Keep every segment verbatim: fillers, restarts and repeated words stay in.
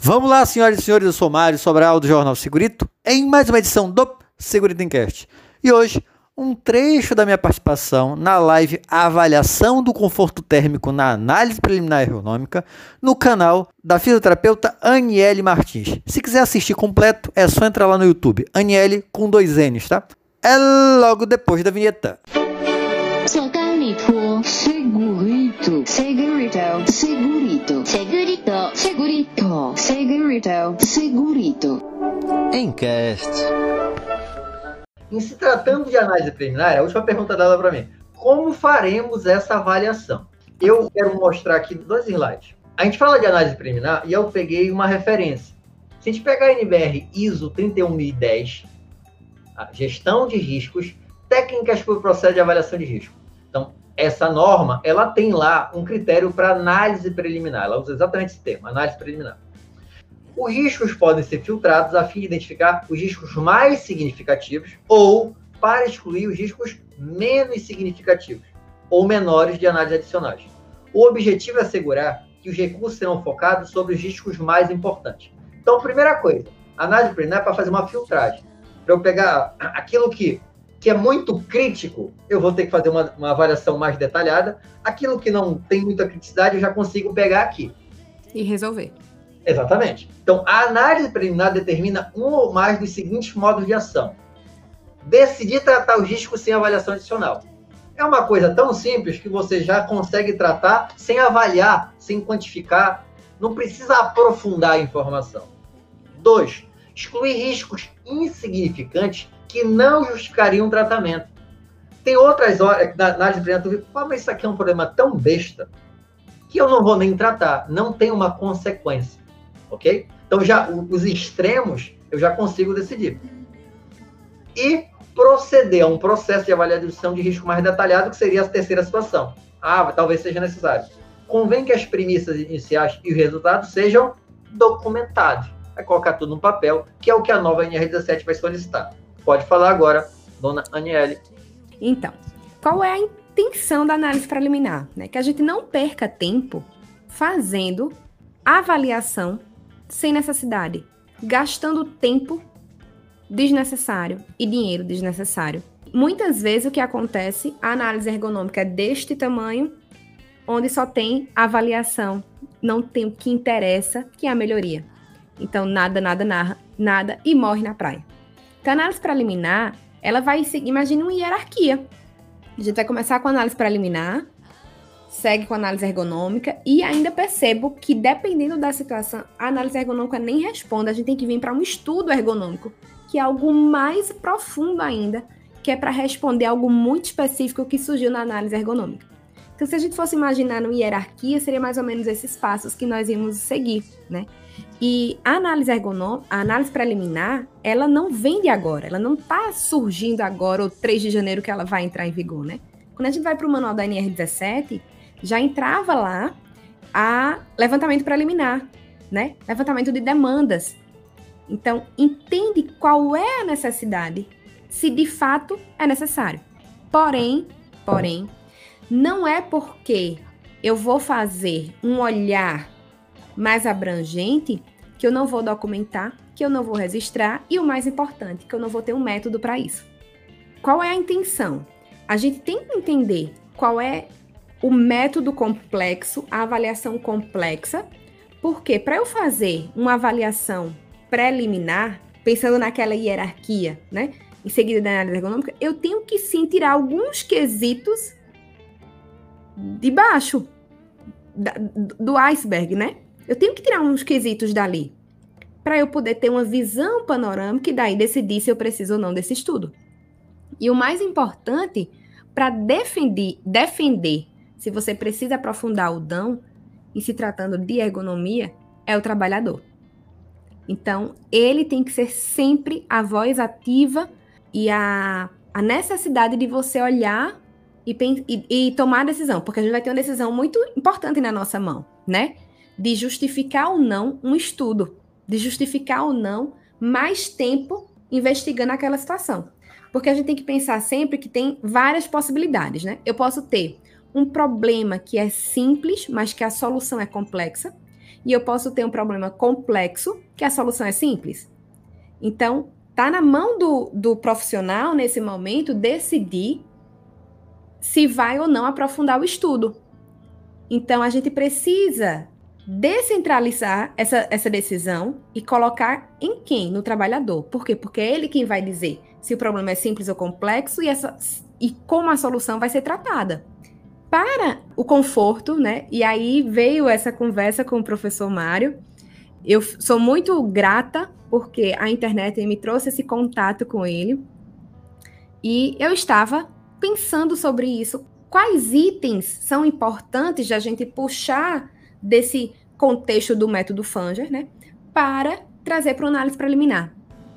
Vamos lá, senhoras e senhores, eu sou Mário Sobral do Jornal Segurito, em mais uma edição do Segurito Encast. E hoje, um trecho da minha participação na live Avaliação do Conforto Térmico na Análise Preliminar Ergonômica, no canal da fisioterapeuta Aniele Martins. Se quiser assistir completo, é só entrar lá no YouTube, Aniele com dois N's, tá? É logo depois da vinheta. Segurito, segurito, segurito, segurito, segurito, segurito, segurito, segurito. Encast. Em se tratando de análise preliminar, a última pergunta dela para mim: como faremos essa avaliação? Eu quero mostrar aqui dois slides. A gente fala de análise preliminar e eu peguei uma referência. Se a gente pegar a N B R ISO trinta e um mil e dez, a gestão de riscos, técnicas para o processo de avaliação de risco. Então, essa norma, ela tem lá um critério para análise preliminar. Ela usa exatamente esse termo, análise preliminar. Os riscos podem ser filtrados a fim de identificar os riscos mais significativos ou para excluir os riscos menos significativos ou menores de análise adicionais. O objetivo é assegurar que os recursos serão focados sobre os riscos mais importantes. Então, primeira coisa, análise preliminar é para fazer uma filtragem. Para eu pegar aquilo que, que é muito crítico, eu vou ter que fazer uma, uma avaliação mais detalhada. Aquilo que não tem muita criticidade, eu já consigo pegar aqui. E resolver. Exatamente. Então, a análise preliminar determina um ou mais dos seguintes modos de ação. Decidir tratar os riscos sem avaliação adicional. É uma coisa tão simples que você já consegue tratar sem avaliar, sem quantificar. Não precisa aprofundar a informação. Dois, excluir riscos insignificantes que não justificariam o tratamento. Tem outras horas na análise preliminar, ah, mas isso aqui é um problema tão besta que eu não vou nem tratar. Não tem uma consequência. Ok? Então, já os extremos, eu já consigo decidir. E proceder a um processo de avaliação de risco mais detalhado, que seria a terceira situação. Ah, talvez seja necessário. Convém que as premissas iniciais e os resultados sejam documentados. Vai colocar tudo no papel, que é o que a nova N R dezessete vai solicitar. Pode falar agora, dona Aniele. Então, qual é a intenção da análise preliminar? Né? Que a gente não perca tempo fazendo avaliação sem necessidade, gastando tempo desnecessário e dinheiro desnecessário. Muitas vezes o que acontece, a análise ergonômica é deste tamanho, onde só tem avaliação, não tem o que interessa, que é a melhoria. Então, nada, nada, nada, nada, e morre na praia. Então, a análise preliminar, ela vai seguir, imagine uma hierarquia. A gente vai começar com a análise preliminar, segue com a análise ergonômica e ainda percebo que, dependendo da situação, a análise ergonômica nem responde. A gente tem que vir para um estudo ergonômico, que é algo mais profundo ainda, que é para responder algo muito específico que surgiu na análise ergonômica. Então, se a gente fosse imaginar uma hierarquia, seria mais ou menos esses passos que nós íamos seguir, né? E a análise ergonômica, a análise preliminar, ela não vem de agora, ela não está surgindo agora, ou três de janeiro que ela vai entrar em vigor, né? Quando a gente vai para o manual da N R dezessete, já entrava lá a levantamento preliminar, né? Levantamento de demandas. Então, entende qual é a necessidade, se de fato é necessário. Porém, porém, não é porque eu vou fazer um olhar mais abrangente que eu não vou documentar, que eu não vou registrar e, o mais importante, que eu não vou ter um método para isso. Qual é a intenção? A gente tem que entender qual é o método complexo, a avaliação complexa, porque para eu fazer uma avaliação preliminar, pensando naquela hierarquia, né, em seguida da análise ergonômica, eu tenho que sim tirar alguns quesitos de baixo da, do iceberg, né? Eu tenho que tirar uns quesitos dali para eu poder ter uma visão panorâmica e daí decidir se eu preciso ou não desse estudo. E o mais importante, para defender, defender se você precisa aprofundar o D A M, em se tratando de ergonomia, é o trabalhador. Então, ele tem que ser sempre a voz ativa e a, a necessidade de você olhar e, e, e tomar a decisão, porque a gente vai ter uma decisão muito importante na nossa mão, né? De justificar ou não um estudo, de justificar ou não mais tempo investigando aquela situação. Porque a gente tem que pensar sempre que tem várias possibilidades, né? Eu posso ter um problema que é simples, mas que a solução é complexa, e eu posso ter um problema complexo, que a solução é simples. Então, está na mão do, do profissional, nesse momento, decidir se vai ou não aprofundar o estudo. Então, a gente precisa descentralizar essa, essa decisão e colocar em quem? No trabalhador. Por quê? Porque é ele quem vai dizer se o problema é simples ou complexo e, essa, e como a solução vai ser tratada. Para o conforto, né? E aí veio essa conversa com o professor Mário. Eu sou muito grata porque a internet me trouxe esse contato com ele. E eu estava pensando sobre isso. Quais itens são importantes de a gente puxar desse contexto do método Fanger, né, para trazer para a análise preliminar?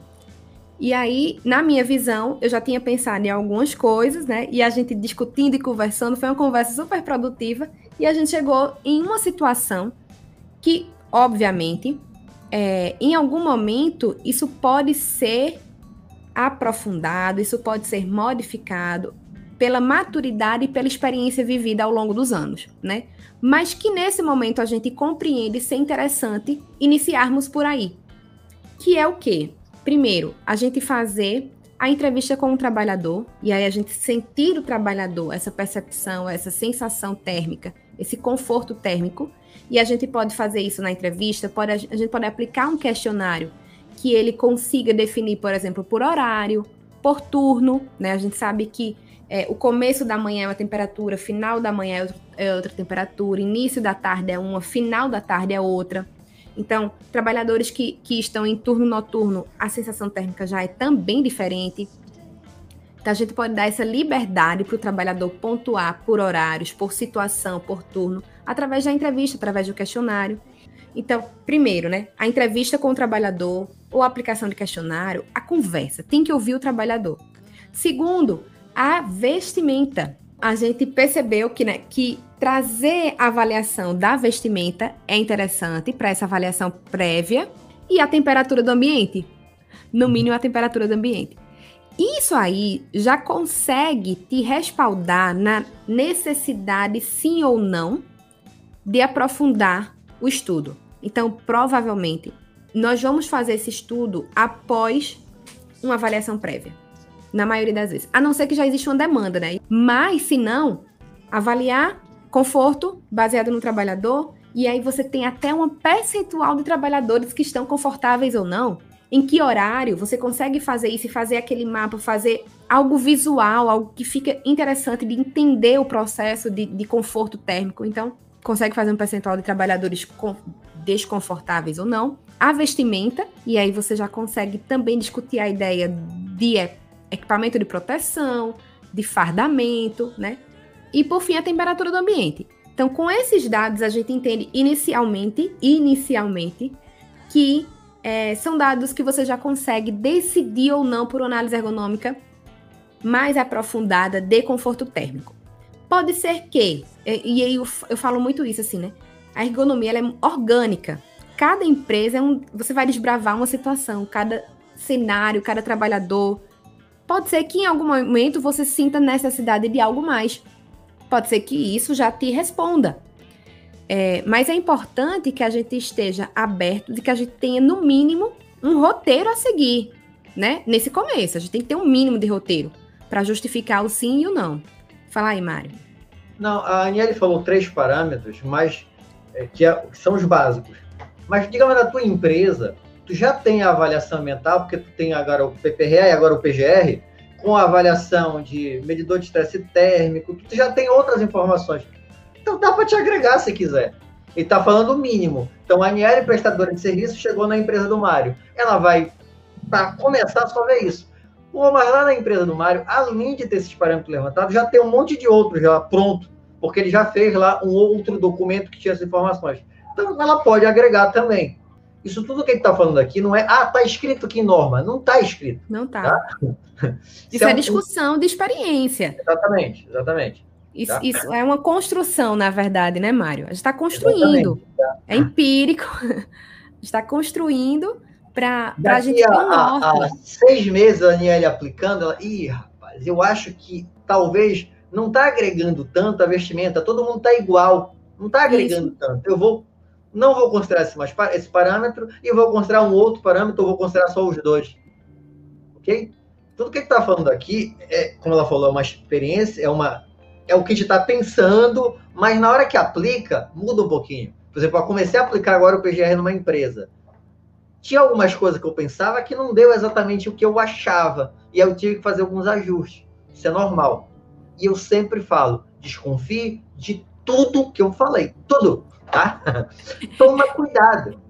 E aí, na minha visão, eu já tinha pensado em algumas coisas, né, e a gente discutindo e conversando, foi uma conversa super produtiva, e a gente chegou em uma situação que, obviamente, é, em algum momento, isso pode ser aprofundado, isso pode ser modificado pela maturidade e pela experiência vivida ao longo dos anos, né? Mas que nesse momento a gente compreende ser interessante iniciarmos por aí. Que é o quê? Primeiro, a gente fazer a entrevista com o trabalhador, e aí a gente sentir o trabalhador, essa percepção, essa sensação térmica, esse conforto térmico, e a gente pode fazer isso na entrevista, pode, a gente pode aplicar um questionário que ele consiga definir, por exemplo, por horário, por turno, né? A gente sabe que É, o começo da manhã é uma temperatura, final da manhã é outra, é outra temperatura, início da tarde é uma, final da tarde é outra. Então, trabalhadores que, que estão em turno noturno, a sensação térmica já é também diferente. Então, a gente pode dar essa liberdade para o trabalhador pontuar por horários, por situação, por turno, através da entrevista, através do questionário. Então, primeiro, né, a entrevista com o trabalhador, ou a aplicação de questionário, a conversa, tem que ouvir o trabalhador. Segundo, a vestimenta. A gente percebeu que, né, que trazer a avaliação da vestimenta é interessante para essa avaliação prévia e a temperatura do ambiente. No mínimo, a temperatura do ambiente. Isso aí já consegue te respaldar na necessidade, sim ou não, de aprofundar o estudo. Então, provavelmente, nós vamos fazer esse estudo após uma avaliação prévia. Na maioria das vezes. A não ser que já existe uma demanda, né? Mas, se não, avaliar conforto baseado no trabalhador, e aí você tem até uma percentual de trabalhadores que estão confortáveis ou não. Em que horário você consegue fazer isso e fazer aquele mapa, fazer algo visual, algo que fica interessante de entender o processo de, de conforto térmico. Então, consegue fazer um percentual de trabalhadores com, desconfortáveis ou não. A vestimenta, e aí você já consegue também discutir a ideia de equipamento de proteção, de fardamento, né? E, por fim, a temperatura do ambiente. Então, com esses dados, a gente entende inicialmente, inicialmente, que é, são dados que você já consegue decidir ou não por análise ergonômica mais aprofundada de conforto térmico. Pode ser que, e aí eu, eu falo muito isso assim, né? A ergonomia, ela é orgânica. Cada empresa, é um, você vai desbravar uma situação, cada cenário, cada trabalhador. Pode ser que em algum momento você sinta necessidade de algo mais. Pode ser que isso já te responda. É, mas é importante que a gente esteja aberto, de que a gente tenha, no mínimo, um roteiro a seguir, né? Nesse começo, a gente tem que ter um mínimo de roteiro para justificar o sim e o não. Fala aí, Mário. Não, a Aniele falou três parâmetros, mas é, que, é, que são os básicos. Mas, digamos, na tua empresa, tu já tem a avaliação ambiental, porque tu tem agora o P P R A e agora o P G R, com a avaliação de medidor de estresse térmico, tu já tem outras informações. Então dá para te agregar se quiser. Ele está falando o mínimo. Então a Aniele, prestadora de serviço, chegou na empresa do Mário. Ela vai, para começar, só ver isso. Pô, mas lá na empresa do Mário, além de ter esses parâmetros levantados, já tem um monte de outros já pronto, porque ele já fez lá um outro documento que tinha essas informações. Então ela pode agregar também. Isso tudo que ele está falando aqui não é, ah, está escrito aqui em norma. Não está escrito. Não está. Tá? Isso é, é um... discussão de experiência. Exatamente, exatamente. Isso, tá? Isso é uma construção, na verdade, né, Mário? A gente está construindo. Tá? É empírico. A gente está construindo para a gente ter um norte. Há seis meses a Aniele aplicando, ela, ih, rapaz, eu acho que talvez não está agregando tanto a vestimenta, todo mundo está igual. Não está agregando Isso. tanto. Eu vou... não vou considerar esse, mais, esse parâmetro e vou considerar um outro parâmetro, ou vou considerar só os dois. Ok? Tudo que a gente está falando aqui, é, como ela falou, é uma experiência, é, uma, é o que a gente está pensando, mas na hora que aplica, muda um pouquinho. Por exemplo, eu comecei a aplicar agora o P G R numa empresa. Tinha algumas coisas que eu pensava que não deu exatamente o que eu achava, e eu tive que fazer alguns ajustes. Isso é normal. E eu sempre falo, desconfie de tudo que eu falei. Tudo, tá? Toma cuidado.